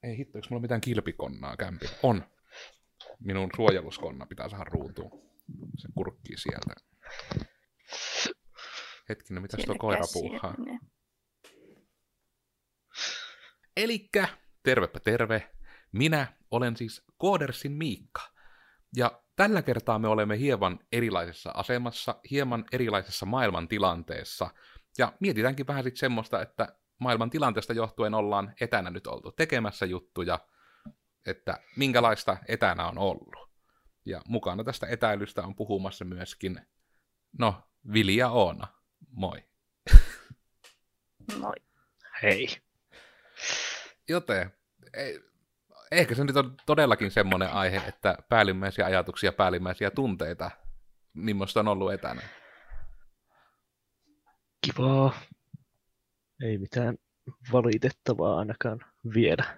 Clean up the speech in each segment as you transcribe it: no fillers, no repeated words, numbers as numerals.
Ei hitto, eikö mulla mitään kilpikonnaa kämpillä? On. Minun suojeluskonna pitää saada ruutuun. Se kurkkii sieltä. Hetkinen, mitäs tuo koira puuhaa? Elikkä, tervepä terve. Minä olen siis Koodersin Miikka. Ja tällä kertaa me olemme hieman erilaisessa asemassa, hieman erilaisessa maailmantilanteessa. Ja mietitäänkin vähän sitten semmoista, että maailman tilanteesta johtuen ollaan etänä nyt oltu tekemässä juttuja, että minkälaista etänä on ollut. Ja mukana tästä etäilystä on puhumassa myöskin, Vili ja Oona. Moi. Moi. Hei. Joten, ehkä se nyt on todellakin semmoinen aihe, että päällimmäisiä ajatuksia, päällimmäisiä tunteita, millaista on ollut etänä. Kivaa. Ei mitään valitettavaa ainakaan vielä.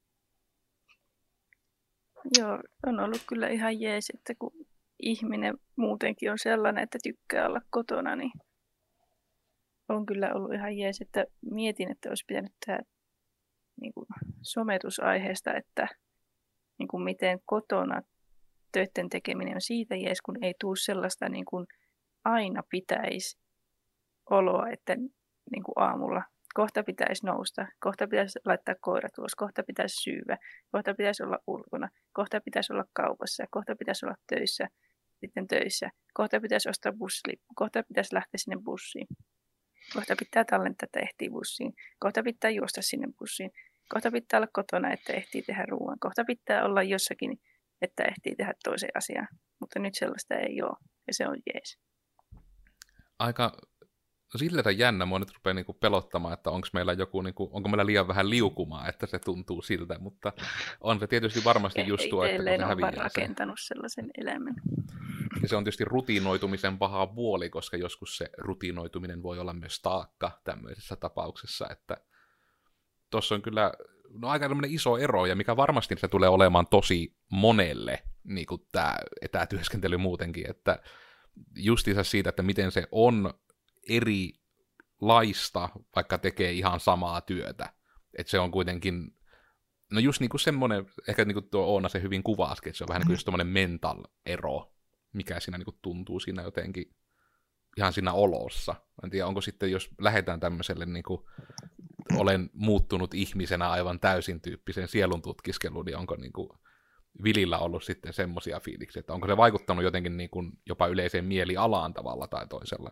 Joo, on ollut kyllä ihan jees, että kun ihminen muutenkin on sellainen, että tykkää olla kotona, niin on kyllä ollut ihan jees, että mietin, että olisi pitänyt tehdä niin kuin sometusaiheesta, että niin kuin miten kotona töiden tekeminen on siitä jees, kun ei tule sellaista niin kuin aina pitäisi oloa, että niin kuin aamulla kohta pitäisi nousta, kohta pitäisi laittaa koirat ulos, kohta pitäisi syyä, kohta pitäisi olla ulkona, kohta pitäisi olla kaupassa, kohta pitäisi olla töissä, sitten töissä, kohta pitäisi ostaa bussilippu, kohta pitäisi lähteä sinne bussiin, kohta pitää tallentaa, että ehtii bussiin, kohta pitää juosta sinne bussiin, kohta pitää olla kotona, että ehtii tehdä ruoan, kohta pitää olla jossakin, että ehtii tehdä toisen asian, mutta nyt sellaista ei ole ja se on jees. Aika sillä jännä, mua nyt rupeaa niinku pelottamaan, että onko meillä joku, onko meillä liian vähän liukumaa, että se tuntuu siltä, mutta on se tietysti varmasti just tuo, että kun se häviää sen. Rakentanut sellaisen elämän. Ja se on tietysti rutinoitumisen paha puoli, koska joskus se rutinoituminen voi olla myös taakka tämmöisessä tapauksessa, että tuossa on kyllä aika iso ero, ja mikä varmasti se tulee olemaan tosi monelle, niin kuin tämä etätyöskentely muutenkin, että justiinsa siitä, että miten se on erilaista, vaikka tekee ihan samaa työtä. Että se on kuitenkin, just niin kuin semmoinen, ehkä niin kuin tuo Oona se hyvin kuvasikin, että se on vähän niin kuin semmoinen mental ero, mikä siinä niin kuin tuntuu siinä jotenkin ihan siinä olossa. En tiedä, onko sitten, jos lähdetään tämmöiselle niin kuin olen muuttunut ihmisenä aivan täysin tyyppisen sielun tutkiskeluun, niin onko niin kuin Vilillä ollut sitten semmoisia fiiliksiä, että onko se vaikuttanut jotenkin niin kuin jopa yleiseen mielialaan tavalla tai toisella?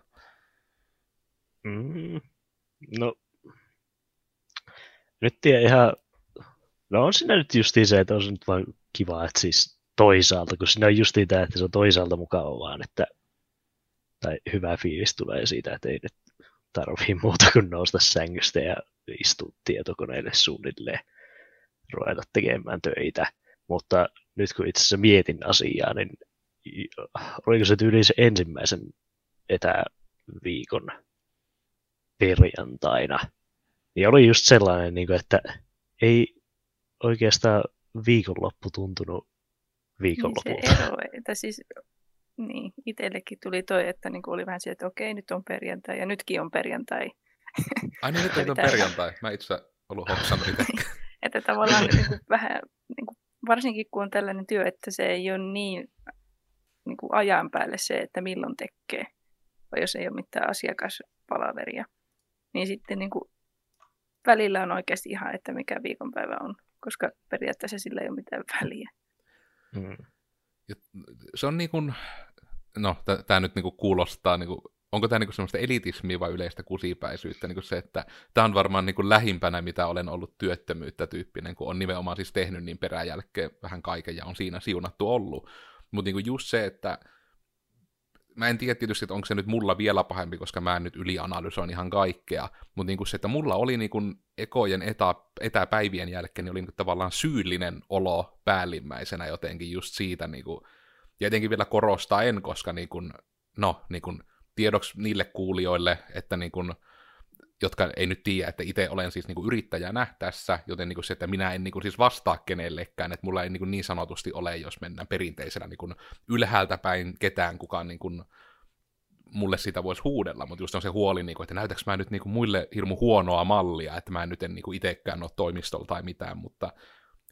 No, nyt tiedä ihan, on siinä nyt justiin se, että on se nyt vaan kiva, että siis toisaalta, kun siinä on justiin tämä, että se on toisaalta mukava vaan, että tai hyvä fiilis tulee siitä, että ei nyt tarvii muuta kuin nousta sängystä ja istua tietokoneelle suunnilleen, ruveta tekemään töitä, mutta nyt kun itse asiassa mietin asiaa, niin oliko se tyyli se ensimmäisen etäviikon perjantaina, niin oli just sellainen, että ei oikeastaan viikonloppu tuntunut viikonlopulta. Niin se ero, että siis niin, itsellekin tuli toi, että niin oli vähän se, että okei, nyt on perjantai ja nytkin on perjantai. Ai niin, nyt on perjantai. Mä itse ollut hoksannut itsekään. Että tavallaan niin kuin vähän, niin kuin, varsinkin kun on tällainen työ, että se ei ole niin kuin ajan päälle se, että milloin tekee, vai jos ei ole mitään asiakaspalaveria. Niin sitten niin kuin, välillä on oikeasti ihan, että mikä viikonpäivä on, koska periaatteessa sillä ei ole mitään väliä. Ja se on niin kuin, tämä nyt niin kuin kuulostaa, niin kuin, onko tämä niin kuin semmoista elitismiä vai yleistä kusipäisyyttä, niin kuin se, että tämä on varmaan niin kuin lähimpänä, mitä olen ollut työttömyyttä tyyppinen, kun on nimenomaan siis tehnyt niin peräjälkeen vähän kaiken ja on siinä siunattu ollut. Mutta niin kuin just se, että mä en tiedä tietysti, että onko se nyt mulla vielä pahempi, koska mä en nyt ylianalysoin ihan kaikkea, mutta niin kuin se, että mulla oli niin kuin ekojen etäpäivien jälkeen, niin oli niin kuin tavallaan syyllinen olo päällimmäisenä jotenkin just siitä, niin kuin, ja jotenkin vielä korostaen, koska niin kuin, niin kuin tiedoksi niille kuulijoille, että niin kuin, jotka ei nyt tiedä, että itse olen siis niin kuin yrittäjänä tässä, joten niin kuin se, että minä en niin kuin siis vastaa kenellekään, että mulla ei niin sanotusti ole, jos mennään perinteisenä niin kuin ylhäältä päin ketään, kukaan niin kuin mulle sitä voisi huudella, mutta just on se huoli, niin kuin, että näytäks mä nyt niin kuin muille hirmu huonoa mallia, että mä en nyt en niin kuin itsekään ole toimistolla tai mitään, mutta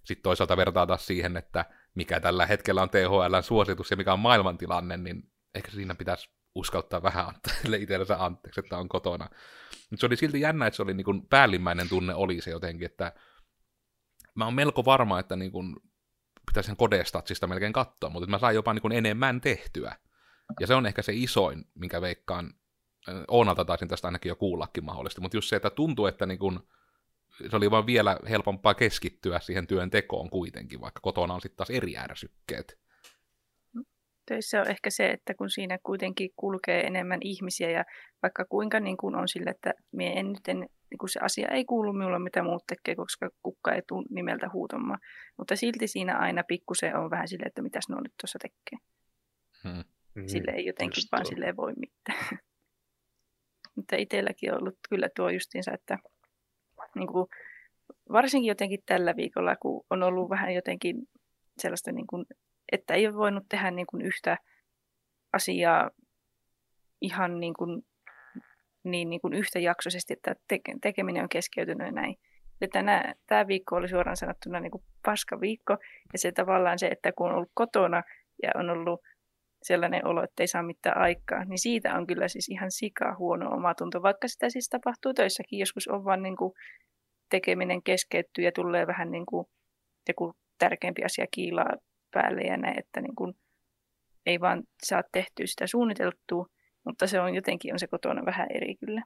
sitten toisaalta vertaa taas siihen, että mikä tällä hetkellä on THL:n suositus ja mikä on maailmantilanne, niin ehkä siinä pitäisi uskaltaa vähän antaa itsellensä anteeksi, että on kotona. Mutta se oli silti jännä, että se oli niin kuin päällimmäinen tunne oli se jotenkin, että mä oon melko varma, että niin kuin pitäisi sen Kodestatsista melkein katsoa, mutta mä sain jopa niin kuin enemmän tehtyä. Ja se on ehkä se isoin, minkä veikkaan, Oonalta taisin tästä ainakin jo kuullakin mahdollisesti, mutta just se, että tuntuu, että niin kuin, se oli vaan vielä helpompaa keskittyä siihen työn tekoon kuitenkin, vaikka kotona on sitten taas eri ärsykkeet. Töissä on ehkä se, että kun siinä kuitenkin kulkee enemmän ihmisiä ja vaikka kuinka niin kuin on sille, että niin kuin se asia ei kuulu minulle, mitä muut tekee, koska kukka ei tule nimeltä huutomaan. Mutta silti siinä aina pikkusen on vähän silleen, että mitäs nuo nyt tuossa tekee. Sille ei jotenkin vaan silleen voi mitään. Mutta itselläkin on ollut kyllä tuo justiinsa, että niin kuin, varsinkin jotenkin tällä viikolla, kun on ollut vähän jotenkin sellaista, niin kuin, että ei ole voinut tehdä niin kuin yhtä asiaa ihan niin kuin yhtäjaksoisesti, että tekeminen on keskeytynyt ja näin. Tämä viikko oli suoraan sanottuna niin kuin paskaviikko, ja se tavallaan se, että kun on ollut kotona ja on ollut sellainen olo, että ei saa mitään aikaa, niin siitä on kyllä siis ihan sika huono omatunto, vaikka sitä siis tapahtuu töissäkin. Joskus on vaan niin kuin tekeminen keskeytyy ja tulee vähän niin kuin joku tärkeämpi asia kiilaa päälle ja näin, että niin kuin ei vaan saa tehtyä sitä suunniteltua, mutta se on jotenkin on se kotona vähän eri kyllä.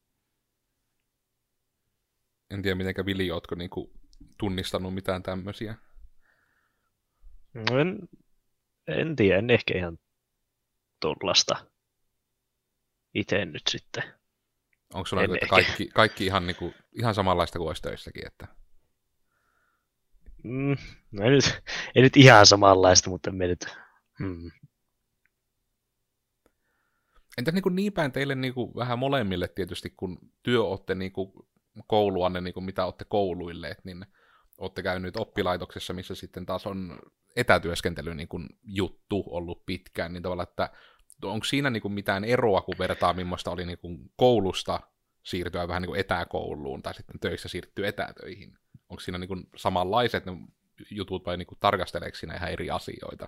En tiedä, mitenkä Vili, ootko niinku tunnistanut mitään tämmöisiä? No en tiedä, en ehkä ihan tuollaista itse nyt sitten. Onko sulla että kaikki ihan, niinku, ihan samanlaista kuin olisi töissäkin? Että... No ei nyt ihan samanlaista, mutta me nyt... Entä niin päin teille niinku vähän molemmille tietysti, kun työ olette niinku kouluanne, niinku mitä olette kouluilleet, niin olette käynyt oppilaitoksessa, missä sitten taas on etätyöskentely niin kuin juttu ollut pitkään, niin tavallaan, että onko siinä niin kuin mitään eroa, kun vertaa, millaista oli niin kuin koulusta siirtyä vähän niin kuin etäkouluun, tai sitten töissä siirtyä etätöihin? Onko siinä niin kuin samanlaiset ne jutut, vai niin kuin tarkasteleeko siinä ihan eri asioita?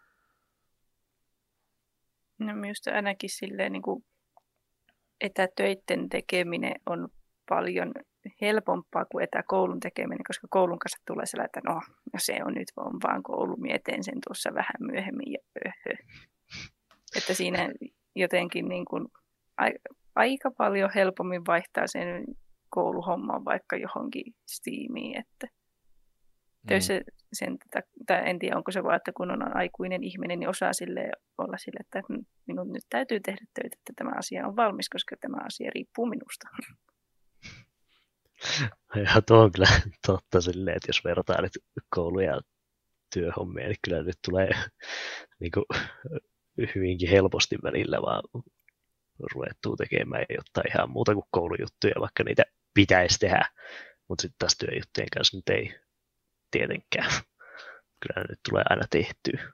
No minusta ainakin silleen niin kuin etätöiden tekeminen on paljon helpompaa kuin etäkoulun tekeminen, koska koulun kanssa tulee sellainen, että no se on nyt vaan koulu, mietin sen tuossa vähän myöhemmin ja Että siinä jotenkin niin kuin aika paljon helpommin vaihtaa sen kouluhomman vaikka johonkin Steamiin, että töissä tai en tiedä onko se vaan, että kun on aikuinen ihminen, niin osaa olla sille, että minun nyt täytyy tehdä töitä, että tämä asia on valmis, koska tämä asia riippuu minusta. Ja tuo on kyllä totta silleen, että jos vertaa nyt koulu- ja työhommia, niin kyllä nyt tulee niin kuin, hyvinkin helposti välillä vaan ruvettua tekemään jotain ihan muuta kuin koulujuttuja, vaikka niitä pitäisi tehdä, mutta sitten taas työjuttujen kanssa nyt ei tietenkään. Kyllä nyt tulee aina tehtyä.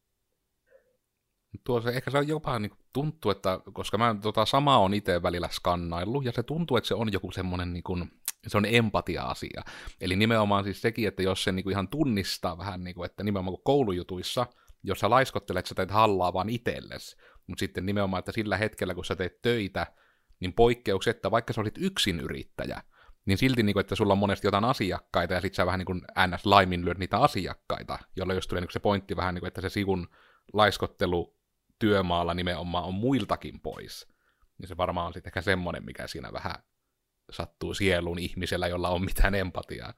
Ehkä se on jopa niin tuntuu, että koska mä samaa on itse välillä skannaillut, ja se tuntuu, että se on joku semmoinen niin kuin, se on empatia-asia. Eli nimenomaan siis sekin, että jos se niin kuin ihan tunnistaa vähän, niin kuin, että nimenomaan kuin koulujutuissa, jos sä laiskottelet, sä teet hallaa vaan itsellesi, mutta sitten nimenomaan, että sillä hetkellä, kun sä teet töitä, niin poikkeuksetta, vaikka sä olisit yksin yrittäjä, niin silti, niin kuin, että sulla on monesti jotain asiakkaita, ja sitten sä vähän niin kuin ns. Laiminlyöt niitä asiakkaita, jolloin jos tulee niin se pointti vähän niin kuin, että se sivun laiskottelu työmaalla nimenomaan on muiltakin pois, niin se varmaan on sitten ehkä semmoinen, mikä siinä vähän sattuu sieluun ihmisellä, jolla on mitään empatiaa.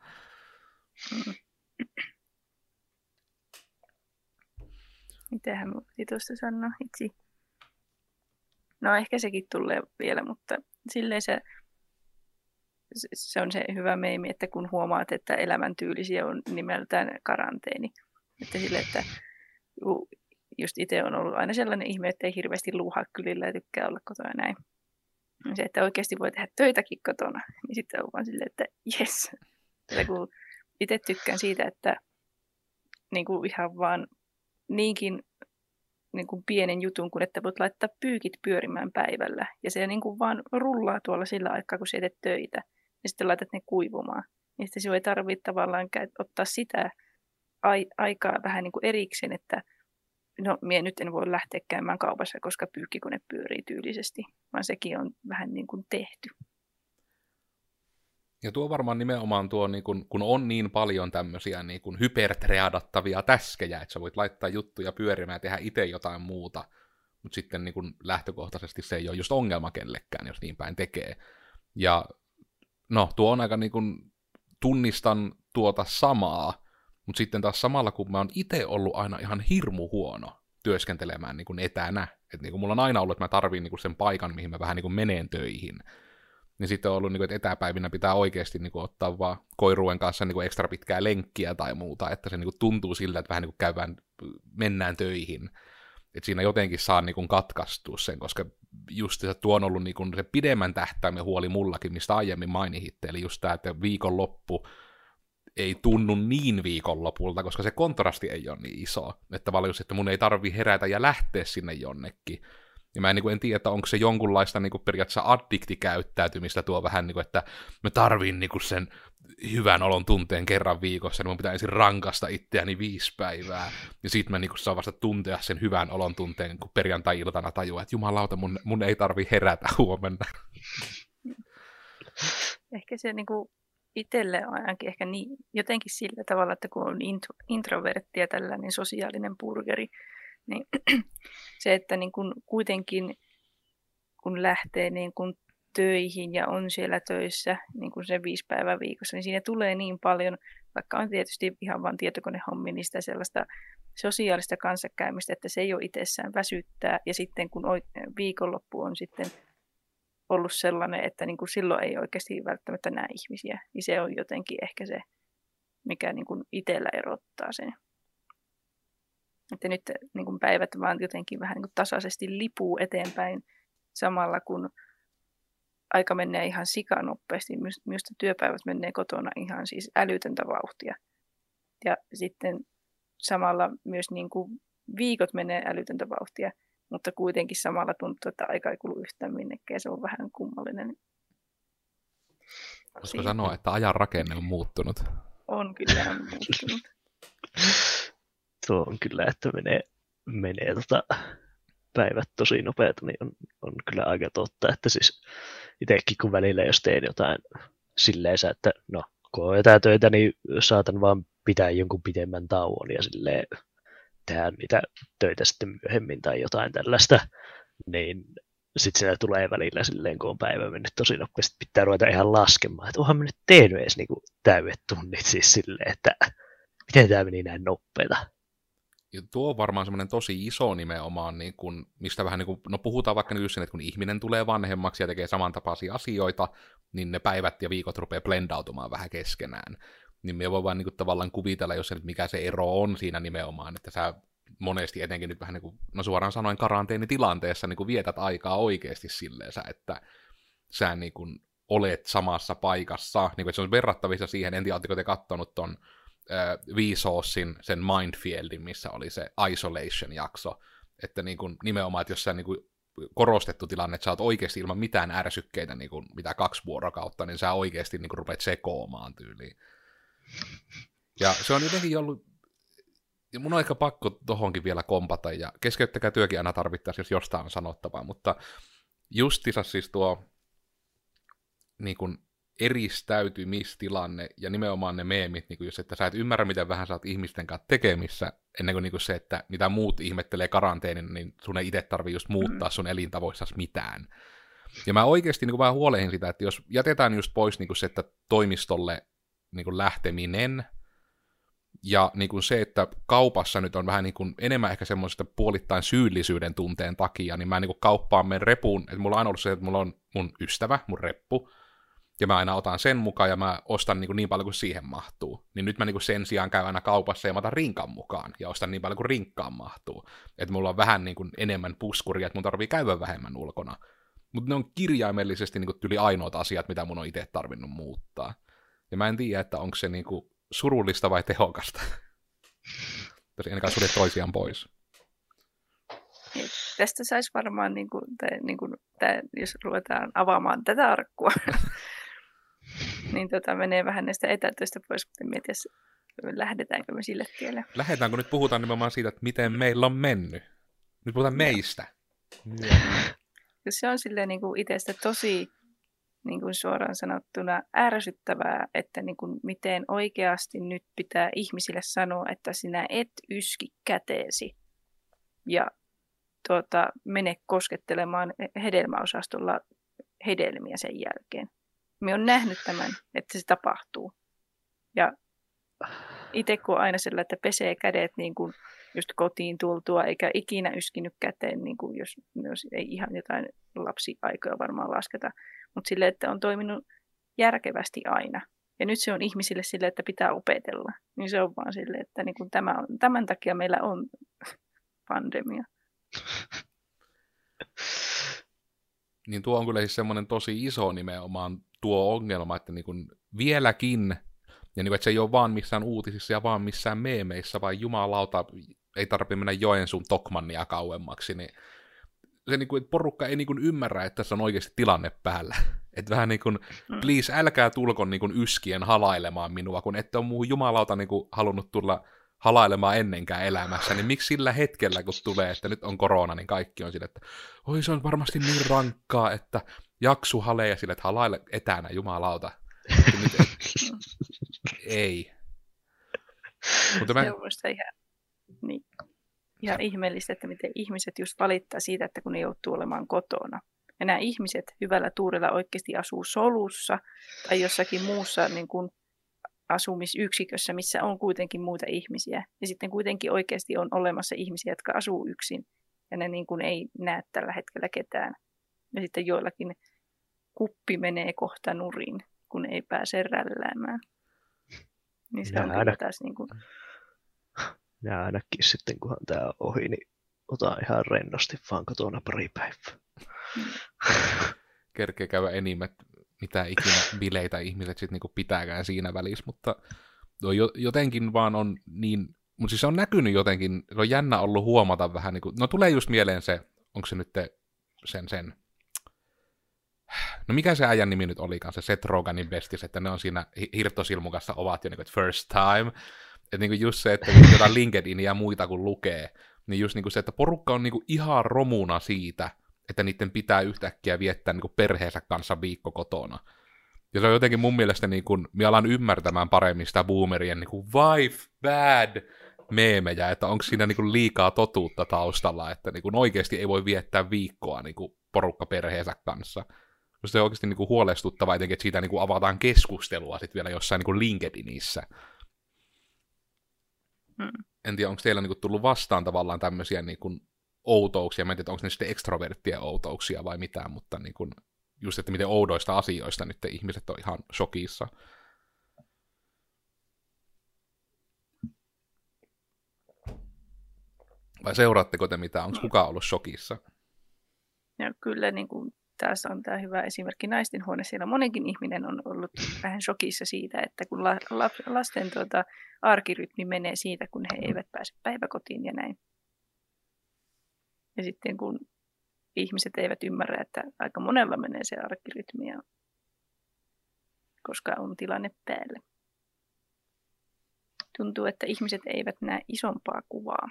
Mitähän minun piti tuosta sanoa itse? No ehkä sekin tulee vielä, mutta silleen se on se hyvä meemi, että kun huomaat, että elämäntyylisiä on nimeltään karanteeni. Että sille, että just itse on ollut aina sellainen ihme, että ei hirveästi luuhaa kylillä ja tykkää olla kotona näin. Se, että oikeasti voi tehdä töitäkin kotona, niin sitten on vaan silleen, että jes. Kun itse tykkään siitä, että niin kuin ihan vaan niinkin niin kuin pienen jutun, kun että voit laittaa pyykit pyörimään päivällä. Ja se niin kuin vaan rullaa tuolla sillä aikaa, kun sä teet töitä. Ja sitten laitat ne kuivumaan. Ja sitten sinun ei tarvitse tavallaan ottaa sitä aikaa vähän niin kuin erikseen, että no, minä nyt en voi lähteä käymään kaupassa, koska pyykkikone pyörii tyylisesti, vaan sekin on vähän niin kuin tehty. Ja tuo varmaan nimenomaan tuo, niin kun on niin paljon tämmöisiä niin kun hypertreadattavia täskejä, että sä voit laittaa juttuja pyörimään ja tehdä itse jotain muuta, mutta sitten niin kun lähtökohtaisesti se ei ole just ongelma kellekään, jos niin päin tekee. Ja no, tuo on aika niin kun tunnistan tuota samaa, mutta sitten taas samalla, kun mä oon itse ollut aina ihan hirmu huono työskentelemään niin kun etänä, että niin kun mulla on aina ollut, että mä tarviin niin kun sen paikan, mihin mä vähän niin kun menen töihin, niin sitten on ollut, että etäpäivinä pitää oikeasti ottaa vaan koirujen kanssa ekstra pitkää lenkkiä tai muuta, että se tuntuu siltä, että vähän mennään töihin. Että siinä jotenkin saa katkaistua sen, koska just tuo on ollut se pidemmän tähtäimen huoli mullakin, mistä aiemmin mainihitte, eli just tämä, että viikonloppu ei tunnu niin viikonlopulta, koska se kontrasti ei ole niin iso. Että tavallaan just, että mun ei tarvi herätä ja lähteä sinne jonnekin. Ja mä en tiedä, että onko se jonkunlaista periaatteessa addiktikäyttäytymistä tuo vähän, että mä tarviin sen hyvän olon tunteen kerran viikossa, niin mun pitää ensin rankasta itseäni 5 päivää, ja sit mä saan vasta tuntea sen hyvän olon tunteen, kun perjantai-iltana tajuaa, että jumalauta, mun ei tarvi herätä huomenna. Ehkä se itselle on ainakin ehkä niin, jotenkin sillä tavalla, että kun on introvertti ja tällainen sosiaalinen burgeri, niin se, että kuitenkin kun lähtee töihin ja on siellä töissä se 5 päivää viikossa, niin siinä tulee niin paljon, vaikka on tietysti ihan vain tietokonehommi, niin sitä sellaista sosiaalista kanssakäymistä, että se ei ole itsessään väsyttää. Ja sitten kun viikonloppu on sitten ollut sellainen, että silloin ei oikeasti välttämättä näe ihmisiä, niin se on jotenkin ehkä se, mikä itsellä erottaa sen. Että nyt päivät vaan jotenkin vähän tasaisesti lipuu eteenpäin samalla, kun aika menee ihan sikanopeasti. Minusta työpäivät menee kotona ihan siis älytöntä vauhtia. Ja sitten samalla myös viikot menee älytöntä vauhtia, mutta kuitenkin samalla tuntuu, että aika ei kulu yhtään minnekään. Se on vähän kummallinen. Voisiko sanoa, että ajan rakenne on muuttunut? On kyllä muuttunut. Tuo on kyllä, että menee päivät tosi nopeasti, niin on kyllä aika totta, että siis itsekin kun välillä jos teen jotain silleen, että no kun on etätöitä, niin saatan vaan pitää jonkun pitemmän tauon ja silleen tehdä niitä töitä sitten myöhemmin tai jotain tällaista, niin sitten siellä tulee välillä silleen, kun on päivä mennyt tosi nopeasti, pitää ruveta ihan laskemaan, että onhan mä nyt tehnyt edes täydet tunnit siis silleen, että miten tämä meni näin nopeeta. Ja tuo on varmaan semmoinen tosi iso nimenomaan, mistä vähän no puhutaan vaikka nyt sen, että kun ihminen tulee vanhemmaksi ja tekee samantapaisia asioita, niin ne päivät ja viikot rupeaa blendautumaan vähän keskenään. Niin me voi vaan tavallaan kuvitella, jos se nyt mikä se ero on siinä nimenomaan, että sä monesti etenkin nyt vähän no suoraan sanoen karanteenitilanteessa vietät aikaa oikeasti silleen, että sä olet samassa paikassa, että se on verrattavissa siihen, en tiedä, oletteko te kattonut ton Vsaucein sen Mindfieldin, missä oli se Isolation-jakso, että nimenomaan, että jos sä korostettu tilanne, että sä oot oikeasti ilman mitään ärsykkeitä mitä 2 vuorokautta, niin sä oikeasti rupeat sekoamaan tyyliin. Ja se on jotenkin ollut, ja mun on ehkä pakko tohonkin vielä kompata, ja keskeyttäkää työkin aina tarvittaisiin, jos jostain on sanottavaa, mutta justiinsa siis tuo eristäytymistilanne ja nimenomaan ne meemit, jos että sä et ymmärrä, miten vähän sä oot ihmisten kanssa tekemissä, ennen kuin se, että mitä muut ihmettelee karanteenin, niin sun ei itse tarvitse just muuttaa sun elintavoissasi mitään. Ja mä oikeasti vähän huolehin sitä, että jos jätetään just pois se, että toimistolle lähteminen, ja se, että kaupassa nyt on vähän enemmän ehkä semmoisesta puolittain syyllisyyden tunteen takia, niin mä kauppaan menen repuun, että mulla on aina ollut se, että mulla on mun ystävä, mun reppu, ja mä aina otan sen mukaan, ja mä ostan niin paljon kuin siihen mahtuu. Niin nyt mä sen sijaan käyn aina kaupassa, ja mä otan rinkan mukaan, ja ostan niin paljon kuin rinkkaan mahtuu. Että mulla on vähän enemmän puskuria, että mun tarvii käydä vähemmän ulkona. Mutta ne on kirjaimellisesti yli ainoat asiat, mitä mun on itse tarvinnut muuttaa. Ja mä en tiedä, että onko se surullista vai tehokasta. Tässä ennen sulje toisiaan pois. Tästä saisi varmaan, jos ruvetaan avaamaan tätä arkkua, niin menee vähän näistä etätöistä pois, mutta mietin, lähdetäänkö me sille tielle. Lähdetäänkö nyt puhutaan nimenomaan siitä, että miten meillä on mennyt. Nyt puhutaan meistä. Se on silleen niin kuin itsestä tosi niin kuin suoraan sanottuna ärsyttävää, että niin kuin miten oikeasti nyt pitää ihmisille sanoa, että sinä et yski käteesi ja mene koskettelemaan hedelmäosastolla hedelmiä sen jälkeen. Me on nähnyt tämän, että se tapahtuu. Ja itse kun on aina sellainen, että pesee kädet niin kuin just kotiin tultua, eikä ikinä yskinyt käteen, niin kuin jos ei ihan jotain lapsiaikoja varmaan lasketa, mutta silleen, että on toiminut järkevästi aina. Ja nyt se on ihmisille silleen, että pitää opetella. Niin se on vaan silleen, että niin kuin tämän takia meillä on pandemia. Niin tuo on kyllä siis semmoinen tosi iso nimenomaan tuo ongelma, että niin kuin vieläkin, ja niin kuin, että se ei ole vaan missään uutisissa ja vaan missään meemeissä, vaan jumalauta, ei tarvitse mennä Joensuun Tokmannia kauemmaksi, niin se niin kuin, että porukka ei niin kuin ymmärrä, että tässä on oikeasti tilanne päällä. Että vähän niin kuin, please, älkää tulko niin kuin yskien halailemaan minua, kun ette ole muuhun jumalauta niin kuin halunnut tulla halailemaan ennenkään elämässä, niin miksi sillä hetkellä, kun tulee, että nyt on korona, niin kaikki on sille, että oi se on varmasti niin rankkaa, että jaksu haleja sille, että halaile etänä, jumalauta. Ei. Mutta se on musta ihan ihmeellistä, että miten ihmiset just valittaa siitä, että kun ne joutuu olemaan kotona. Ja nämä ihmiset hyvällä tuurilla oikeasti asuu solussa tai jossakin muussa niin kuin asumisyksikössä, missä on kuitenkin muita ihmisiä. Ja sitten kuitenkin oikeasti on olemassa ihmisiä, jotka asuu yksin. Ja ne niin kuin ei näe tällä hetkellä ketään. Ja sitten joillakin kuppi menee kohta nurin, kun ei pääse rälläämään. Niin se on kyllä taas niin kuin... Ja ainakin sitten, kunhan tämä on ohi, niin otan ihan rennosti vaan kotona pari päivää. Kerkeä käydä enimmät, mitä ikinä bileitä ihmiset sitten niinku pitääkään siinä välissä, mutta jotenkin vaan on niin, mutta siis se on näkynyt jotenkin, se on jännä ollut huomata vähän, niin kuin, no tulee just mieleen se, onko se nyt sen, no mikä se äijän nimi nyt olikaan, se Seth Rogenin bestis, että ne on siinä hirttosilmukassa ovat jo niin kuin, first time, että niin kuin just se, että jotain LinkedInia ja muita kun lukee, niin just niin kuin se, että porukka on niin kuin ihan romuna siitä, että niiden pitää yhtäkkiä viettää niin kuin perheensä kanssa viikko kotona. Ja se on jotenkin mun mielestä, niin kuin, minä alan ymmärtämään paremmin sitä boomerien niin kuin wife bad meemejä, että onko siinä niin kuin liikaa totuutta taustalla, että niin kuin oikeasti ei voi viettää viikkoa niin kuin porukka perheensä kanssa. Se on oikeasti niin kuin huolestuttavaa, etenkin, että siitä niin kuin avataan keskustelua sitten vielä jossain niin kuin LinkedInissä. En tiedä, onko teillä niin kuin tullut vastaan tavallaan tämmöisiä niin kuin outouksia, mä en tiedä, onko ne sitten ekstroverttien outouksia vai mitään, mutta niin kuin, just, että miten oudoista asioista nyt ihmiset on ihan shokissa. Vai seuraatteko te mitään? Onko kukaan ollut shokissa? Ja kyllä niin kuin, tässä on tämä hyvä esimerkki naistenhuone. Siellä monikin ihminen on ollut vähän shokissa siitä, että kun lasten arkirytmi menee siitä, kun he eivät pääse päiväkotiin ja näin. Ja sitten kun ihmiset eivät ymmärrä, että aika monella menee se arkirytmi, koska on tilanne päällä. Tuntuu, että ihmiset eivät näe isompaa kuvaa.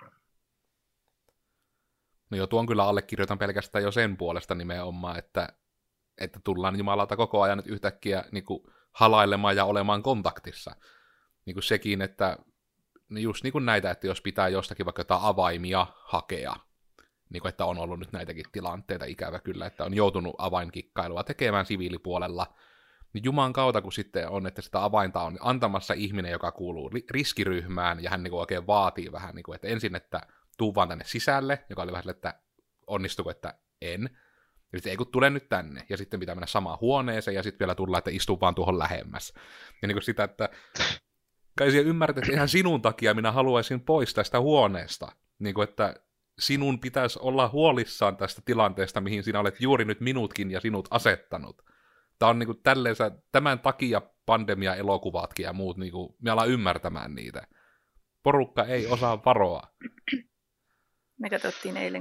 No jo tuon kyllä allekirjoitan pelkästään jo sen puolesta nimenomaan, että tullaan jumalauta koko ajan nyt yhtäkkiä niin kuin halailemaan ja olemaan kontaktissa. Niin kuin sekin, että just niin kuin näitä, että jos pitää jostakin vaikka jotain avaimia hakea, niin kuin, että on ollut nyt näitäkin tilanteita ikävä kyllä, että on joutunut avainkikkailua tekemään siviilipuolella, niin Juman kautta kun sitten on, että sitä avainta on antamassa ihminen, joka kuuluu riskiryhmään, ja hän niin kuin oikein vaatii vähän, niin kuin, että ensin, että tuu vaan tänne sisälle, joka oli vähän sille, että onnistuko, että en. Ja sitten ei kun tule nyt tänne, ja sitten pitää mennä samaan huoneeseen, ja sitten vielä tulla, että istu vaan tuohon lähemmäs. Ja niin kuin sitä, että kai siellä ymmärrät, että ihan sinun takia minä haluaisin pois tästä huoneesta. Niin kuin, että sinun pitäisi olla huolissaan tästä tilanteesta, mihin sinä olet juuri nyt minutkin ja sinut asettanut. Tämä on niin kuin tälleensä, tämän takia pandemia-elokuvatkin ja muut, niin kuin, me alan ymmärtämään niitä. Porukka ei osaa varoa. Me katsottiin eilen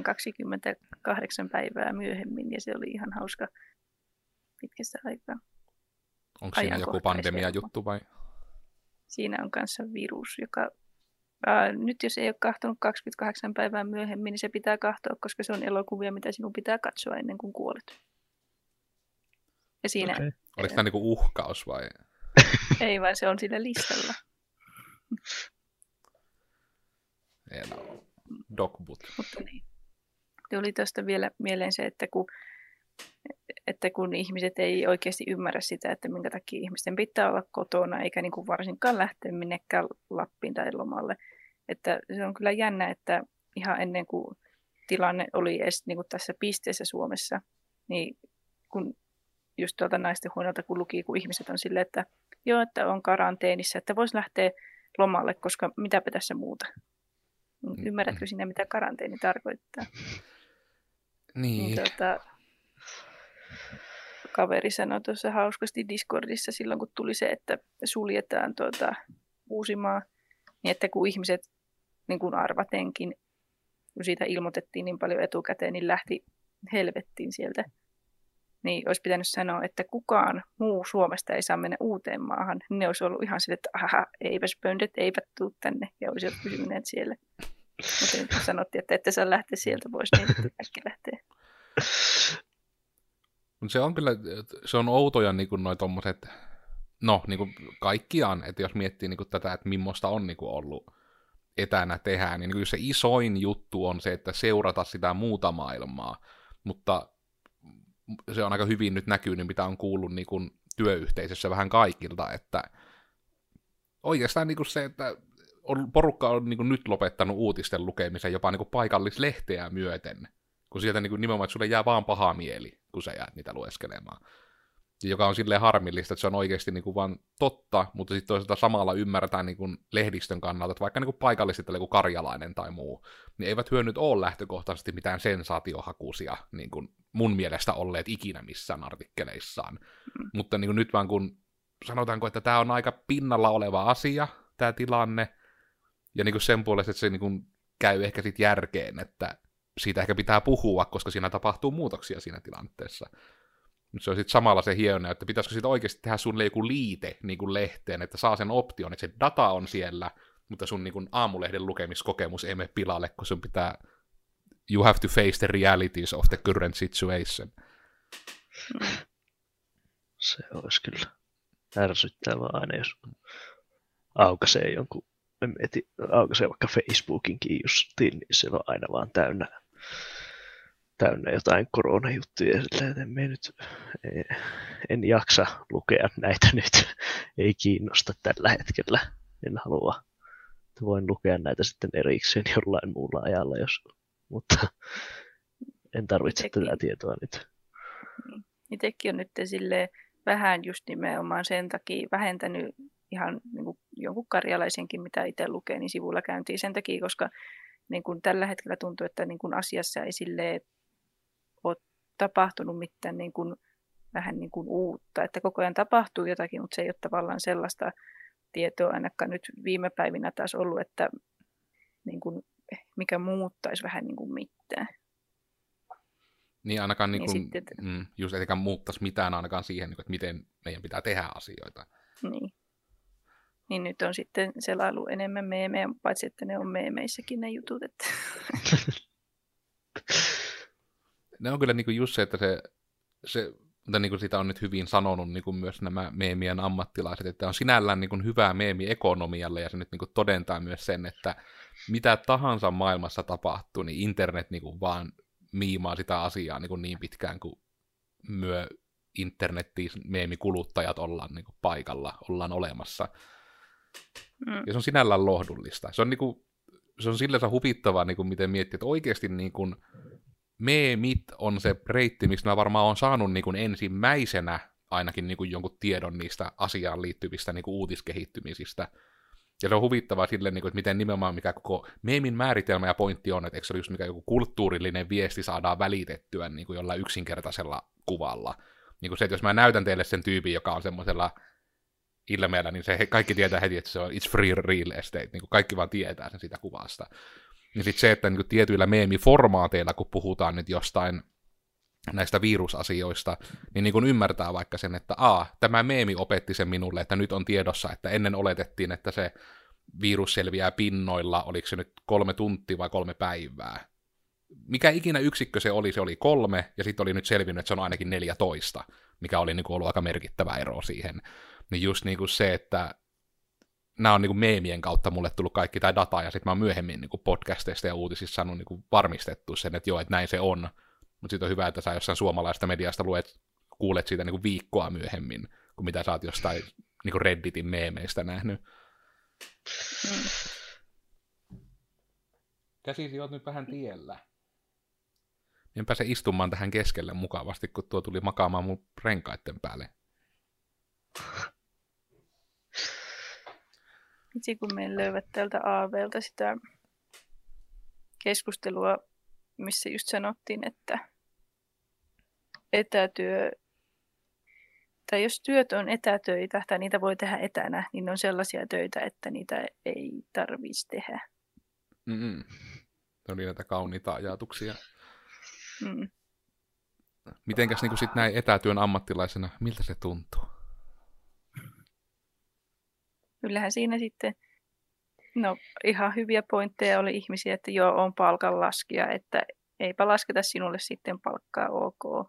28 päivää myöhemmin, ja se oli ihan hauska pitkästä aikaa. Onko siinä joku pandemia-juttu vai? Siinä on kanssa virus, joka nyt jos ei ole kahtonut 28 päivää myöhemmin, niin se pitää kahtoa, koska se on elokuvia, mitä sinun pitää katsoa ennen kuin kuolet. Ja siinä... Okay. Oliko tämä niinku uhkaus vai? Ei, vaan se on sillä listalla. Hello. Dogbut. Mutta niin. Tuli tuosta vielä mieleen se, että kun ihmiset ei oikeasti ymmärrä sitä, että minkä takia ihmisten pitää olla kotona, eikä niin kuin varsinkaan lähteä minnekään Lappiin tai lomalle. Että se on kyllä jännä, että ihan ennen kuin tilanne oli edes niin kuin tässä pisteessä Suomessa, niin kun just tuolta naisten huoneelta kun luki, kun ihmiset on silleen, että joo, että on karanteenissa, että voisi lähteä lomalle, koska mitäpä tässä muuta. Ymmärrätkö sinä, mitä karanteeni tarkoittaa? Niin. Kaveri sanoi tuossa hauskasti Discordissa silloin, kun tuli se, että suljetaan Uusimaa, niin että kun ihmiset niin kuin arvatenkin, kun siitä ilmoitettiin niin paljon etukäteen, niin lähti helvettiin sieltä. Niin olisi pitänyt sanoa, että kukaan muu Suomesta ei saa mennä uuteen maahan. Niin ne olisi ollut ihan sille, että aha, eipäs pöndet, eipä tuu tänne, ja olisivat pysyneet siellä. Mutta nyt sanottiin, että ette saa lähteä sieltä pois, niin äkki lähtee. Se on kyllä, se on outoja niin kuin noi tommoset, no niin kuin kaikkiaan, että jos miettii niin kuin tätä, että millaista on niin kuin ollut etänä tehdä, niin kuin se isoin juttu on se, että seurata sitä muuta maailmaa, mutta se on aika hyvin nyt näkynyt, mitä on kuullut niin kuin työyhteisössä vähän kaikilta, että oikeastaan niin kuin se, että porukka on niin kuin nyt lopettanut uutisten lukemisen jopa niin kuin paikallislehteä myöten, kun sieltä niin kuin nimenomaan, että sulle jää vaan paha mieli, kun sä jäät niitä lueskelemaan. Ja joka on silleen harmillista, että se on oikeasti niin kuin vaan totta, mutta sitten toisaalta samalla ymmärretään niin kuin lehdistön kannalta, että vaikka niin kuin paikallisesti joku karjalainen tai muu, niin eivät hyönyt ole lähtökohtaisesti mitään sensaatiohakuisia niin kuin mun mielestä olleet ikinä missään artikkeleissaan. Mutta niin kuin nyt vaan kun sanotaanko, että tämä on aika pinnalla oleva asia, tämä tilanne, ja niin kuin sen puolesta, että se niin kuin käy ehkä sitten järkeen, että siitä ehkä pitää puhua, koska siinä tapahtuu muutoksia siinä tilanteessa. Mutta se on sitten samalla se hieno, että pitäisikö siitä oikeasti tehdä sulle joku liite niin kuin lehteen, että saa sen option, että se data on siellä, mutta sun niin kuin aamulehden lukemiskokemus ei mene pilalle, kun sun pitää you have to face the realities of the current situation. Se olisi kyllä ärsyttävää aina, jos aukaisee jonkun, aukaisee vaikka Facebookinkin justiin, niin siellä on aina vaan täynnä jotain koronajuttuja, että en jaksa lukea näitä nyt, ei kiinnosta tällä hetkellä, en halua. Voin lukea näitä sitten erikseen jollain muulla ajalla, mutta en tarvitse tätä tietoa nyt. Itsekin on nyt silleen vähän just nimenomaan sen takia vähentänyt ihan niin kuin jonkun karjalaisenkin, mitä itse lukee, niin sivulla käyntiin sen takia, koska niin kuin tällä hetkellä tuntuu, että niin kuin asiassa ei silleen ole tapahtunut mitään niin kuin, vähän niin kuin uutta, että koko ajan tapahtuu jotakin, mutta se ei ole tavallaan sellaista tietoa ainakaan nyt viime päivinä taas ollut, että niin kuin, mikä muuttaisi vähän niin kuin mitään. Niin ainakaan niin kuin, sitten, just eikä muuttaisi mitään ainakaan siihen, että miten meidän pitää tehdä asioita. Niin nyt on sitten selailu enemmän meemejä, paitsi että ne on meemeissäkin ne jutut. Että. Ne on kyllä niin kuin just se, että se mutta niin kuin sitä on nyt hyvin sanonut niin kuin myös nämä meemien ammattilaiset, että on sinällään niin kuin hyvää meemiekonomialle, ja se nyt niin kuin todentaa myös sen, että mitä tahansa maailmassa tapahtuu, niin internet niin kuin vaan miimaa sitä asiaa niin pitkään, kun myö internettiin meemikuluttajat ollaan niin kuin paikalla, ollaan olemassa. Ja se on sinällään lohdullista. Se on silleen huvittavaa, niin kuin miten miettii, että oikeasti niin kuin meemit on se reitti, mistä mä varmaan olen saanut niin kuin ensimmäisenä ainakin niin kuin jonkun tiedon niistä asiaan liittyvistä niin kuin uutiskehittymisistä. Ja se on huvittavaa silleen, niin kuin, että miten nimenomaan mikä koko meemin määritelmä ja pointti on, että eikö se ole just mikä joku kulttuurillinen viesti saadaan välitettyä niin kuin jollain yksinkertaisella kuvalla. Niin kuin se, että jos mä näytän teille sen tyypin, joka on semmoisella ilmeellä, niin se kaikki tietää heti, että se on it's free real estate, niin kuin kaikki vaan tietää sen siitä kuvasta. Ja sitten se, että niin kuin tietyillä meemiformaateilla, kun puhutaan nyt jostain näistä virusasioista, niin kuin ymmärtää vaikka sen, että tämä meemi opetti sen minulle, että nyt on tiedossa, että ennen oletettiin, että se virus selviää pinnoilla, oliko se nyt 3 tuntia vai 3 päivää. Mikä ikinä yksikkö se oli 3, ja sitten oli nyt selvinnyt, että se on ainakin 14, mikä oli niin kuin ollut aika merkittävä ero siihen. Niin just niin kuin se, että nämä on niin kuin meemien kautta mulle tullut kaikki tämä data, ja sitten mä oon myöhemmin niin kuin podcasteista ja uutisissa saanut niin kuin varmistettu sen, että joo, että näin se on. Mutta sitten on hyvä, että sä jossain suomalaista mediasta kuulet siitä niin kuin viikkoa myöhemmin, kuin mitä sä oot jostain niin kuin Redditin meemeistä nähnyt. Käsisi oot nyt vähän tiellä. En pääse istumaan tähän keskelle mukavasti, kun tuo tuli makaamaan mun renkaiden päälle. Itse kun meillä löydät täältä AVlta sitä keskustelua, missä just sanottiin, että etätyö, tai jos työt on etätöitä, tai niitä voi tehdä etänä, niin ne on sellaisia töitä, että niitä ei tarvitsisi tehdä. Se oli näitä kauniita ajatuksia. Mm. Mitenkäs niin sitten näin etätyön ammattilaisena, miltä se tuntuu? Kyllähän siinä sitten, no ihan hyviä pointteja oli ihmisiä, että joo, on palkanlaskija, että eipä lasketa sinulle sitten palkkaa, ok.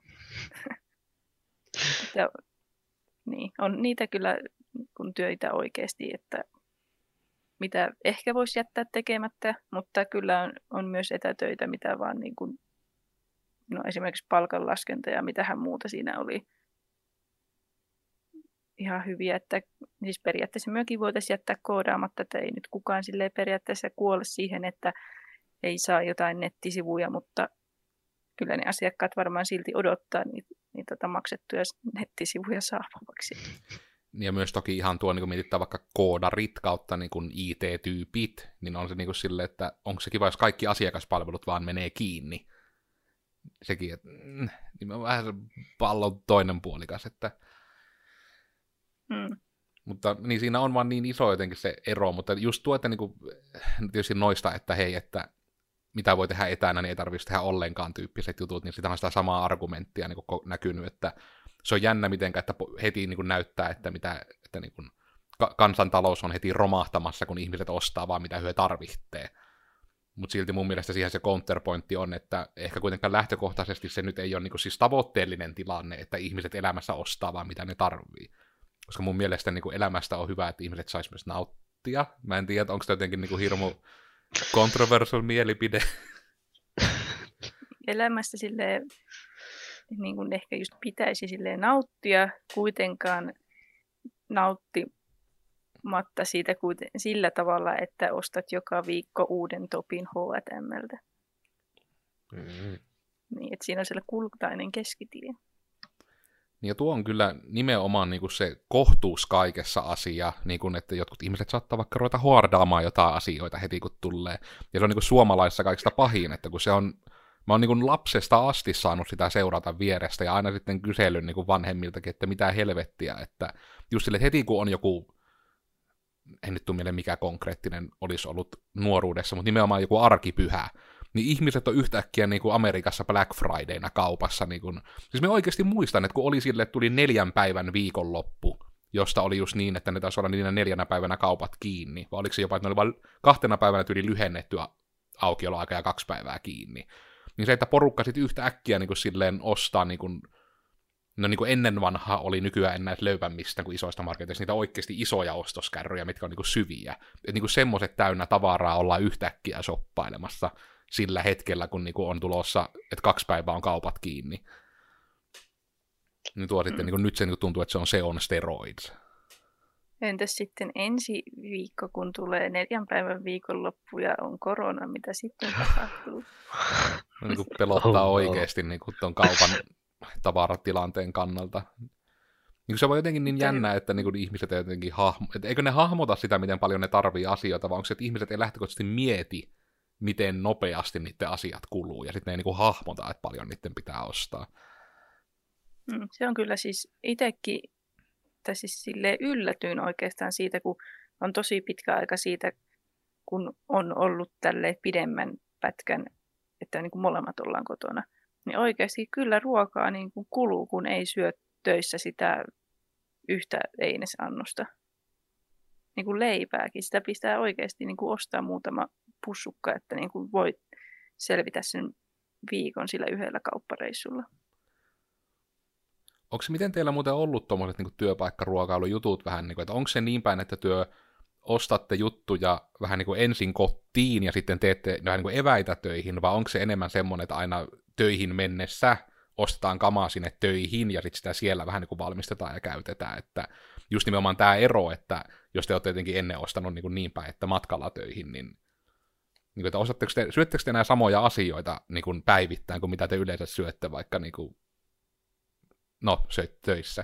Ja, niin, on niitä kyllä kun töitä oikeasti, että mitä ehkä voisi jättää tekemättä, mutta kyllä on myös etätöitä, mitä vaan niin kuin, no esimerkiksi palkanlaskenta ja mitähän muuta siinä oli ihan hyviä, että siis periaatteessa myöskin voitaisiin jättää koodaamatta, että ei nyt kukaan silleen periaatteessa kuole siihen, että ei saa jotain nettisivuja, mutta kyllä ne asiakkaat varmaan silti odottaa niitä maksettuja nettisivuja saapavaksi. Ja myös toki ihan tuo, niin kun mietitään vaikka koodarit kautta niin kun IT-tyypit, niin on se niin kuin silleen, että onko se kiva, jos kaikki asiakaspalvelut vaan menee kiinni. Sekin, että niin on vähän se pallon toinen puolikas, että mutta niin siinä on vaan niin iso jotenkin se ero, mutta just tuo, että niinku, tietysti noista, että hei, että mitä voi tehdä etänä, niin ei tarvitse tehdä ollenkaan tyyppiset jutut, niin sitä on sitä samaa argumenttia niin näkynyt, että se on jännä mitenkä, että heti niin näyttää, että niin kansantalous on heti romahtamassa, kun ihmiset ostaa vaan mitä hyö tarvitsee. Mutta silti mun mielestä siihen se counterpointti on, että ehkä kuitenkaan lähtökohtaisesti se nyt ei ole niin siis tavoitteellinen tilanne, että ihmiset elämässä ostaa vaan mitä ne tarvii. Koska mun mielestä niin elämästä on hyvä, että ihmiset sais myös nauttia. Mä en tiedä, onko se jotenkin niin hirmu controversial mielipide. Elämästä silleen, niin kuin ehkä just pitäisi silleen nauttia, kuitenkaan nauttimatta siitä sillä tavalla, että ostat joka viikko uuden topin H&M:ltä. Niin, että siinä on siellä kultainen keskitie. Ja tuo on kyllä nimenomaan niin kuin se kohtuus kaikessa asia, niin kuin, että jotkut ihmiset saattaa vaikka ruveta hoardaamaan jotain asioita heti kun tulee. Ja se on niin kuin suomalaisessa kaikista pahin, että kun se on, mä oon niin kuin lapsesta asti saanut sitä seurata vierestä ja aina sitten kysellyt niin kuin vanhemmiltakin, että mitä helvettiä, että just sille, että heti kun on joku, en nyt tule mieleen mikä konkreettinen olisi ollut nuoruudessa, mutta nimenomaan joku arkipyhä, niin ihmiset on yhtäkkiä niin kuin Amerikassa Black Fridayna kaupassa. Niin kuin, siis mä oikeasti muistan, että kun oli sille, että tuli 4 päivän viikonloppu, josta oli just niin, että ne taisi olla niinä 4 päivänä kaupat kiinni, vai oliko se jopa, että ne oli vain 2 päivänä tyyli lyhennetty aukioloaika ja 2 päivää kiinni. Niin se, että porukka sitten yhtäkkiä niin kuin silleen ostaa, niin kuin, no niin kuin ennen vanhaa oli nykyään en näitä löypämistä kuin isoista marketeista, niitä oikeasti isoja ostoskärryjä, mitkä on niin kuin syviä. Että niin kuin semmoiset täynnä tavaraa ollaan yhtäkkiä shoppailemassa sillä hetkellä, kun niinku on tulossa, että 2 päivää on kaupat kiinni. Niin tuo sitten niinku nyt se niinku tuntuu, että se on steroids. Entäs sitten ensi viikko, kun tulee 4 päivän viikonloppu ja on korona, mitä sitten tapahtuu? No, niinku pelottaa oikeasti niinku ton kaupan tavaratilanteen kannalta. Niin se voi jotenkin niin jännää, että niinku ihmiset jotenkin että eikö ne hahmota sitä, miten paljon ne tarvii asioita, vai onko se, että ihmiset ei lähtökohtaisesti mieti, miten nopeasti niiden asiat kuluu, ja sitten ne ei niinku hahmota, että paljon niiden pitää ostaa. Se on kyllä siis itsekin, tai siis silleen yllätyin oikeastaan siitä, kun on tosi pitkä aika siitä, kun on ollut tälleen pidemmän pätkän, että niin kuin molemmat ollaan kotona. niin oikeasti kyllä ruokaa niin kuin kuluu, kun ei syö töissä sitä yhtä einesannosta. Niin kuin leipääkin. Sitä pitää oikeasti niin kuin ostaa muutama pussukka, että niin kuin voi selvitä sen viikon sillä yhdellä kauppareissulla. Onko se miten teillä muuten ollut tuommoiset niin työpaikkaruokailujutut vähän, niin kuin, että onko se niin päin, että työ ostatte juttuja vähän niin kuin ensin kotiin ja sitten teette vähän niin kuin eväitä töihin, vai onko se enemmän semmoinen, että aina töihin mennessä ostetaan kamaa sinne töihin ja sitten sitä siellä vähän niin kuin valmistetaan ja käytetään, että just nimenomaan tämä ero, että jos te olette jotenkin ennen ostanut niin päin, että matkalla töihin, niin että syöttekö te enää samoja asioita niin kuin päivittäin kuin mitä te yleensä syötte vaikka niin kuin, töissä?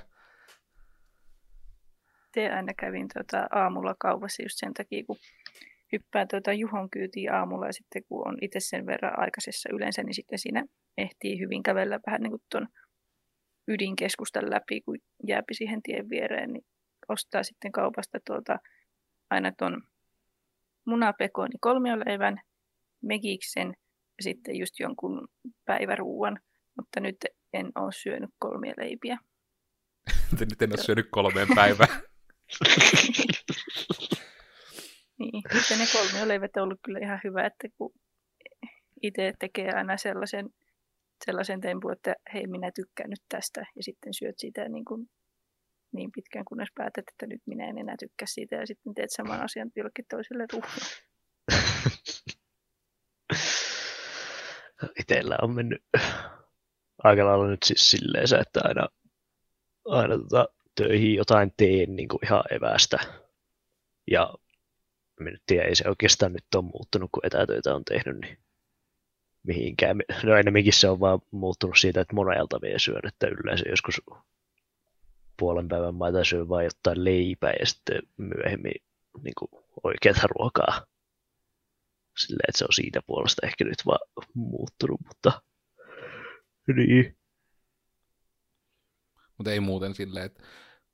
Te aina kävin aamulla kaupassa just sen takia, kun hyppään Juhon kyytiin aamulla ja sitten kun on itse sen verran aikaisessa yleensä, niin sitten siinä ehtii hyvin kävellä vähän niin kuin tuon ydinkeskustan läpi, kun jääpi siihen tien viereen, niin ostaa sitten kaupasta aina tuon munapekoni 3-leivän, mekiksen ja sitten just jonkun päiväruuan, mutta nyt en ole syönyt 3 leipiä. Nyt en ole syönyt 3 päivää. Niin, ja ne 3 leivät on ollut kyllä ihan hyvä, että kun itse tekee aina sellaisen tempun, että hei, minä tykkään nyt tästä, ja sitten syöt sitä niin pitkään, kunnes päätät, että nyt minä en enää tykkää siitä, ja sitten teet saman asian jollekin toiselle ruualle. Itellä on mennyt aika lailla nyt siis silleen, että aina töihin jotain teen niin kuin ihan evästä. Ja en tiedä, ei se oikeastaan nyt ole muuttunut, kun etätöitä on tehnyt, niin mihinkään. No enemmänkin se on vaan muuttunut siitä, että monelta vie syön, että yleensä joskus puolen päivän maita syö vaan jotain leipää ja sitten myöhemmin niin kuin oikeata ruokaa. Silleen, että se on siitä puolesta ehkä nyt vaan muuttunut, mutta niin. Mutta ei muuten silleen, että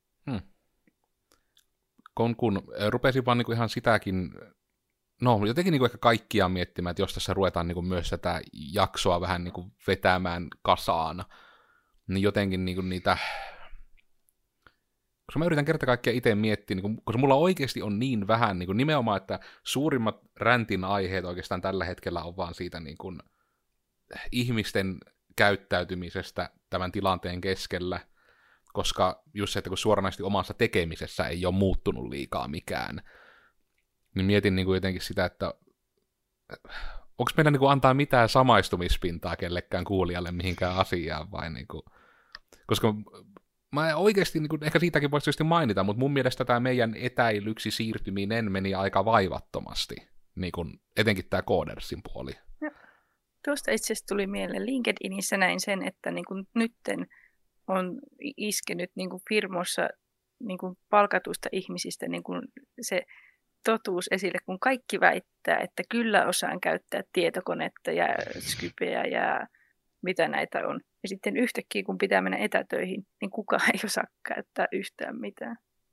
kun rupesin vaan niinku ihan sitäkin, jotenkin niinku ehkä kaikkiaan miettimään, että jos tässä ruvetaan niinku myös tätä jaksoa vähän niinku vetämään kasaan, niin jotenkin niinku niitä, koska mä yritän kerta kaikkiaan itse miettiä, niinku, koska mulla oikeasti on niin vähän, niinku nimenomaan, että suurimmat räntin aiheet oikeastaan tällä hetkellä on vaan siitä niinku ihmisten käyttäytymisestä tämän tilanteen keskellä, koska just se, että kun suoranaisesti omassa tekemisessä ei ole muuttunut liikaa mikään, niin mietin niin kuin jotenkin sitä, että onko meidän niin kuin antaa mitään samaistumispintaa kellekään kuulijalle mihinkään asiaan, vai niin kuin, koska mä oikeasti, niin kuin, ehkä siitäkin voisi tietysti mainita, mutta mun mielestä tämä meidän etäilyksi siirtyminen meni aika vaivattomasti, niin kuin, etenkin tämä Codersin puoli. Ja, tuosta itse asiassa tuli mieleen, LinkedInissä näin sen, että niin kuin nytten on iskenyt niin kuin firmoissa niin kuin palkatuista ihmisistä niin kuin se totuus esille, kun kaikki väittää, että kyllä osaan käyttää tietokonetta ja Skypeä ja mitä näitä on. Ja sitten yhtäkkiä, kun pitää mennä etätöihin, niin kukaan ei osaa käyttää yhtään mitään.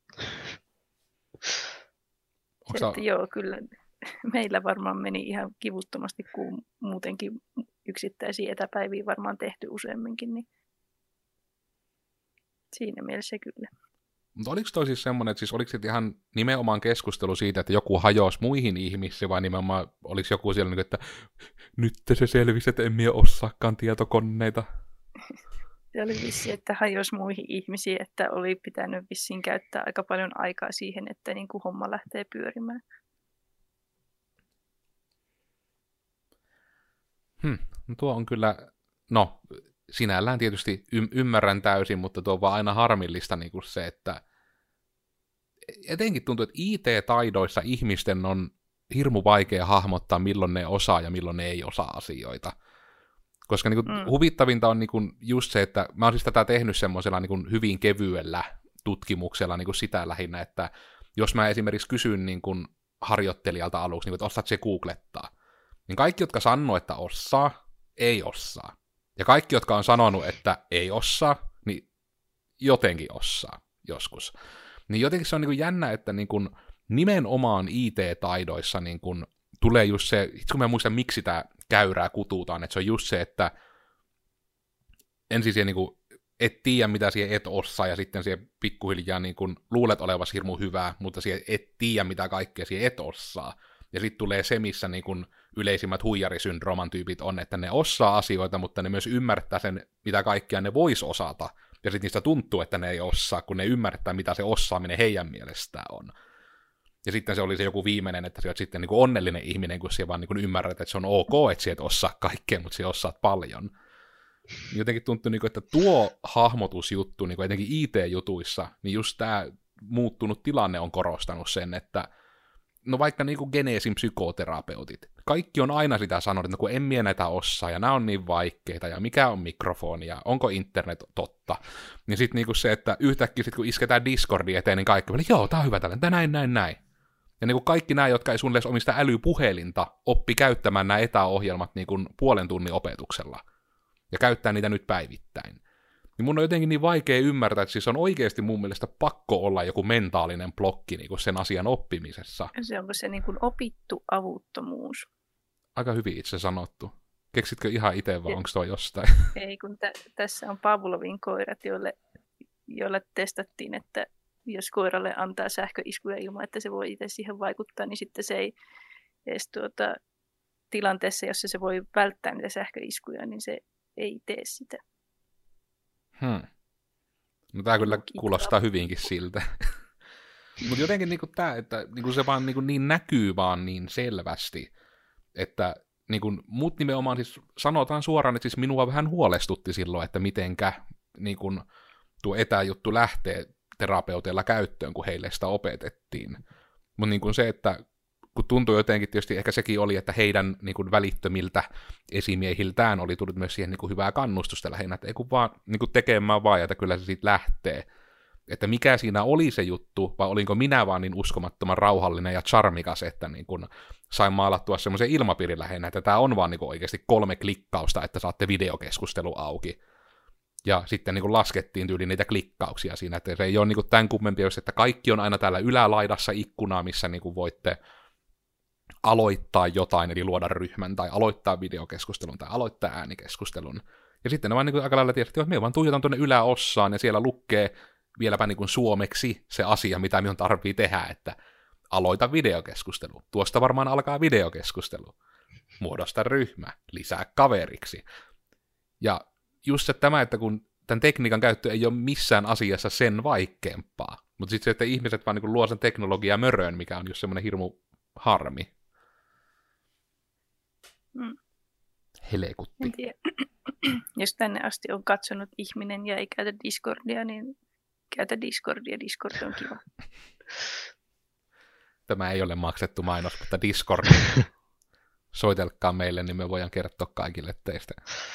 Että joo, kyllä meillä varmaan meni ihan kivuttomasti, kun muutenkin yksittäisiä etäpäiviä varmaan tehty useamminkin, niin siinä mielessä kyllä. Mutta oliko toi siis semmoinen, että siis oliko se ihan nimenomaan keskustelu siitä, että joku hajosi muihin ihmisiin, vai nimenomaan oliko joku siellä, että nyt se selvisi, että en minä osaakaan tietokoneita? Se oli vissi, että hajosi muihin ihmisiin, että oli pitänyt vissiin käyttää aika paljon aikaa siihen, että niin kuin homma lähtee pyörimään. No tuo on kyllä, sinällään tietysti ymmärrän täysin, mutta tuo on vaan aina harmillista niin kuin se, että etenkin tuntuu, että IT-taidoissa ihmisten on hirmu vaikea hahmottaa, milloin ne osaa ja milloin ne ei osaa asioita. Koska niin kuin, huvittavinta on niin kuin, just se, että mä oon siis tätä tehnyt semmoisella niin kuin, hyvin kevyellä tutkimuksella niin kuin sitä lähinnä, että jos mä esimerkiksi kysyn niin kuin, harjoittelijalta aluksi, niin kuin, että osaat se googlettaa, niin kaikki, jotka sanoo, että osaa, ei osaa. Ja kaikki, jotka on sanonut, että ei osaa, niin jotenkin osaa joskus. Niin jotenkin se on niin kuin jännä, että niin kuin nimenomaan IT-taidoissa niin kuin tulee just se, itse kun mä muistan, miksi tämä käyrää kututaan, että se on just se, että ensin siihen niinku et tiedä, mitä siihen et osaa, ja sitten siihen pikkuhiljaa niinku luulet olevasi hirmu hyvää, mutta siihen et tiedä, mitä kaikkea siihen et osaa. Ja sitten tulee se, missä niinku yleisimmät huijarisyndrooman tyypit on, että ne osaa asioita, mutta ne myös ymmärtää sen, mitä kaikkea ne vois osata. Ja sitten niistä tuntuu, että ne ei osaa, kun ne ymmärtää, mitä se osaaminen heidän mielestään on. Ja sitten se oli se joku viimeinen, että sä oot sitten niin kuin onnellinen ihminen, kun sä vaan niin kuin ymmärrät, että se on ok, että sä et osaa kaikkea, mutta sä osaat paljon. Jotenkin tuntuu, että tuo hahmotusjuttu, niin kuin etenkin IT-jutuissa, niin just tämä muuttunut tilanne on korostanut sen, että no vaikka niin kuin Genesin psykoterapeutit, kaikki on aina sitä sanonut, että kun en minä näitä osaa, ja nämä on niin vaikeita, ja mikä on mikrofoni, ja onko internet totta. Niin sitten niin kuin se, että yhtäkkiä sit, kun isketään Discordia eteen, niin kaikki on, joo, tää on hyvä tällainen, näin. Ja niin kuin kaikki nämä, jotka ei suunnilleen omista älypuhelinta, oppi käyttämään nämä etäohjelmat niin kuin puolen tunnin opetuksella. Ja käyttää niitä nyt päivittäin. Niin mun on jotenkin niin vaikea ymmärtää, että siis on oikeasti mun mielestä pakko olla joku mentaalinen blokki niin kuin sen asian oppimisessa. Se onko se niin kuin opittu avuttomuus? Aika hyvin itse sanottu. Keksitkö ihan itse vai onko toi jostain? Ei, kun tässä on Pavlovin koirat, joille testattiin, että jos koiralle antaa sähköiskuja ilman, että se voi itse siihen vaikuttaa, niin sitten se ei edes tilanteessa, jossa se voi välttää niitä sähköiskuja, niin se ei tee sitä. No tää kyllä kuulostaa hyvinkin siltä. Mutta jotenkin niinku tää, että niinku se vaan niinku niin näkyy vaan niin selvästi, että niinku, mut nimenomaan siis sanotaan suoraan, että siis minua vähän huolestutti silloin, että mitenkä niinku, tuo etäjuttu lähtee terapeuteilla käyttöön, kun heille sitä opetettiin. Mutta niin se, että kun tuntui jotenkin, tietysti ehkä sekin oli, että heidän niin kuin välittömiltä esimiehiltään oli tullut myös siihen niin kuin hyvää kannustusta lähinnä, että ei kun vaan niin kuin tekemään vaan, että kyllä se siitä lähtee. Että mikä siinä oli se juttu, vai olinko minä vaan niin uskomattoman rauhallinen ja charmikas, että niin kuin sain maalattua semmoisen ilmapiirin lähinnä, että tämä on vaan niin kuin oikeasti 3 klikkausta, että saatte videokeskustelu auki. Ja sitten niin kuin laskettiin tyyliin niitä klikkauksia siinä, että se ei ole niin kuin tämän kummempi, jos että kaikki on aina täällä ylälaidassa ikkunaa, missä niin kuin voitte aloittaa jotain, eli luoda ryhmän, tai aloittaa videokeskustelun, tai aloittaa äänikeskustelun. Ja sitten ne vaan niin kuin aika lailla tiedät, että me vaan tuijotan tuonne yläossaan, ja siellä lukee vieläpä niin kuin suomeksi se asia, mitä minun tarvii tehdä, että aloita videokeskustelu. Tuosta varmaan alkaa videokeskustelu. Muodosta ryhmä, lisää kaveriksi. Ja just se tämä, että kun tämän tekniikan käyttö ei ole missään asiassa sen vaikeampaa, mutta sitten se, että ihmiset vaan niin luo sen teknologiaa möröön, mikä on just semmoinen hirmu harmi. Helekutti. En tiedä. Jos tänne asti on katsonut ihminen ja ei käytä Discordia, niin käytä Discordia. Discord on kiva. Tämä ei ole maksettu mainos, mutta Discord. Soitelkaa meille, niin me voidaan kertoa kaikille teistä.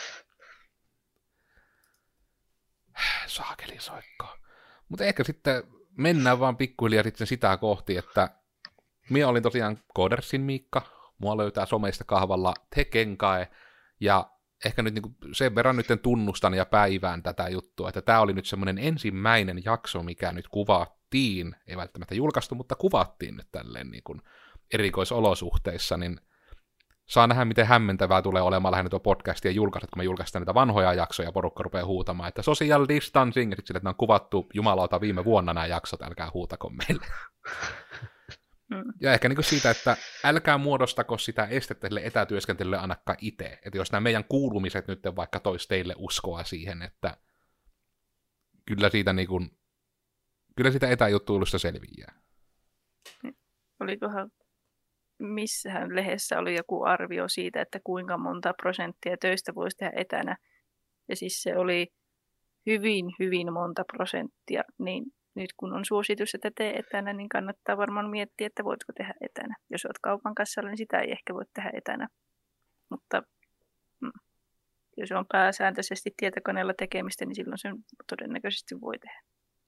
Saakeli soikkoon. Mutta ehkä sitten mennään vaan pikkuhiljaa sitten sitä kohti, että minä olin tosiaan Codersin Miikka, mua löytää somesta kahvalla Tekenkae, ja ehkä nyt niinku sen verran nyt tunnustan ja päivään tätä juttua, että tämä oli nyt semmoinen ensimmäinen jakso, mikä nyt kuvattiin, ei välttämättä julkaistu, mutta kuvattiin nyt tälleen niin kuin erikoisolosuhteissa, niin saa nähdä, miten hämmentävää tulee olemaan lähinnä tuo podcast ja julkaiset, kun me julkaistaan niitä vanhoja jaksoja ja porukka rupeaa huutamaan, että social distancing, ja sitten sille, että ne on kuvattu jumalauta viime vuonna nämä jaksot, älkää huutako meille. Ja ehkä niin kuin siitä, että älkää muodostako sitä estettä sille etätyöskentelylle ainakaan itse. Että jos nämä meidän kuulumiset nyt vaikka tois teille uskoa siihen, että kyllä siitä, niin kuin, kyllä siitä etäjuttuilusta selviää. Olikohan missähän lehdessä oli joku arvio siitä, että kuinka monta prosenttia töistä voisi tehdä etänä. Ja siis se oli hyvin monta prosenttia, niin nyt kun on suositus, että tee etänä, niin kannattaa varmaan miettiä, että voitko tehdä etänä. Jos olet kaupan kassalla, niin sitä ei ehkä voi tehdä etänä. Mutta jos on pääsääntöisesti tietokoneella tekemistä, niin silloin sen todennäköisesti voi tehdä.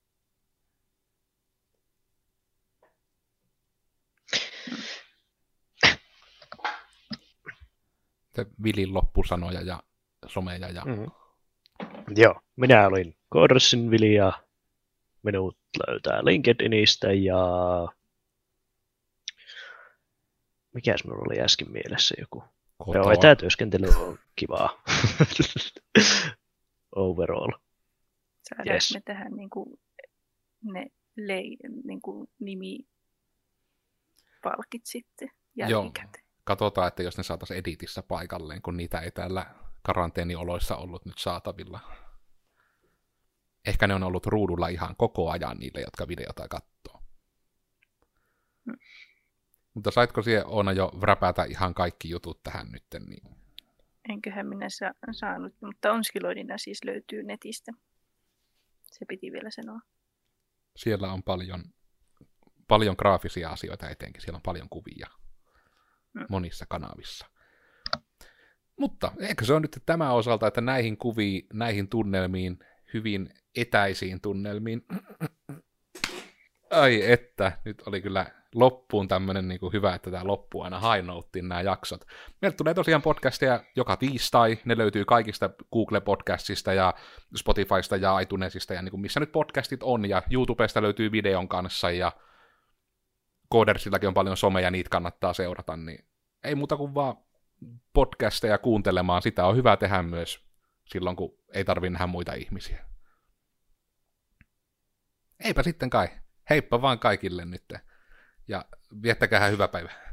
Vilin loppusanoja ja someja. Ja... Joo, minä olin Codersin Vili ja minut löytää LinkedInistä ja mikäs minulla oli äsken mielessä joku. Joo, etätyöskentely on kivaa. overall. Saadaanko me tähän niinku ne niinku nimipalkit sitten jälkikäteen? Katsotaan, että jos ne saataisiin editissä paikalleen, kun niitä ei täällä karanteenioloissa ollut nyt saatavilla. Ehkä ne on ollut ruudulla ihan koko ajan niille, jotka videota katsoo. Mutta saitko siihen Oona jo räpätä ihan kaikki jutut tähän nyt? Niin... Enköhän minä saanut, mutta Onskiloidina siis löytyy netistä. Se piti vielä sanoa. Siellä on paljon graafisia asioita etenkin. Siellä on paljon kuvia monissa kanavissa. Mutta eikö se on nyt tämä osalta, että näihin kuviin, näihin tunnelmiin, hyvin etäisiin tunnelmiin. Ai että, nyt oli kyllä loppuun tämmöinen niin kuin hyvä, että tämä loppuu aina high notein nämä jaksot. Meiltä tulee tosiaan podcasteja joka tiistai, ne löytyy kaikista Google-podcastista ja Spotifysta ja iTunesista ja niin kuin missä nyt podcastit on, ja YouTubesta löytyy videon kanssa, ja Codersillakin on paljon someja, niitä kannattaa seurata, niin ei muuta kuin vaan podcasteja kuuntelemaan, sitä on hyvä tehdä myös silloin, kun ei tarvitse nähdä muita ihmisiä. Eipä sitten kai. Heippa vaan kaikille nyt. Ja viettäkää hyvä päivä.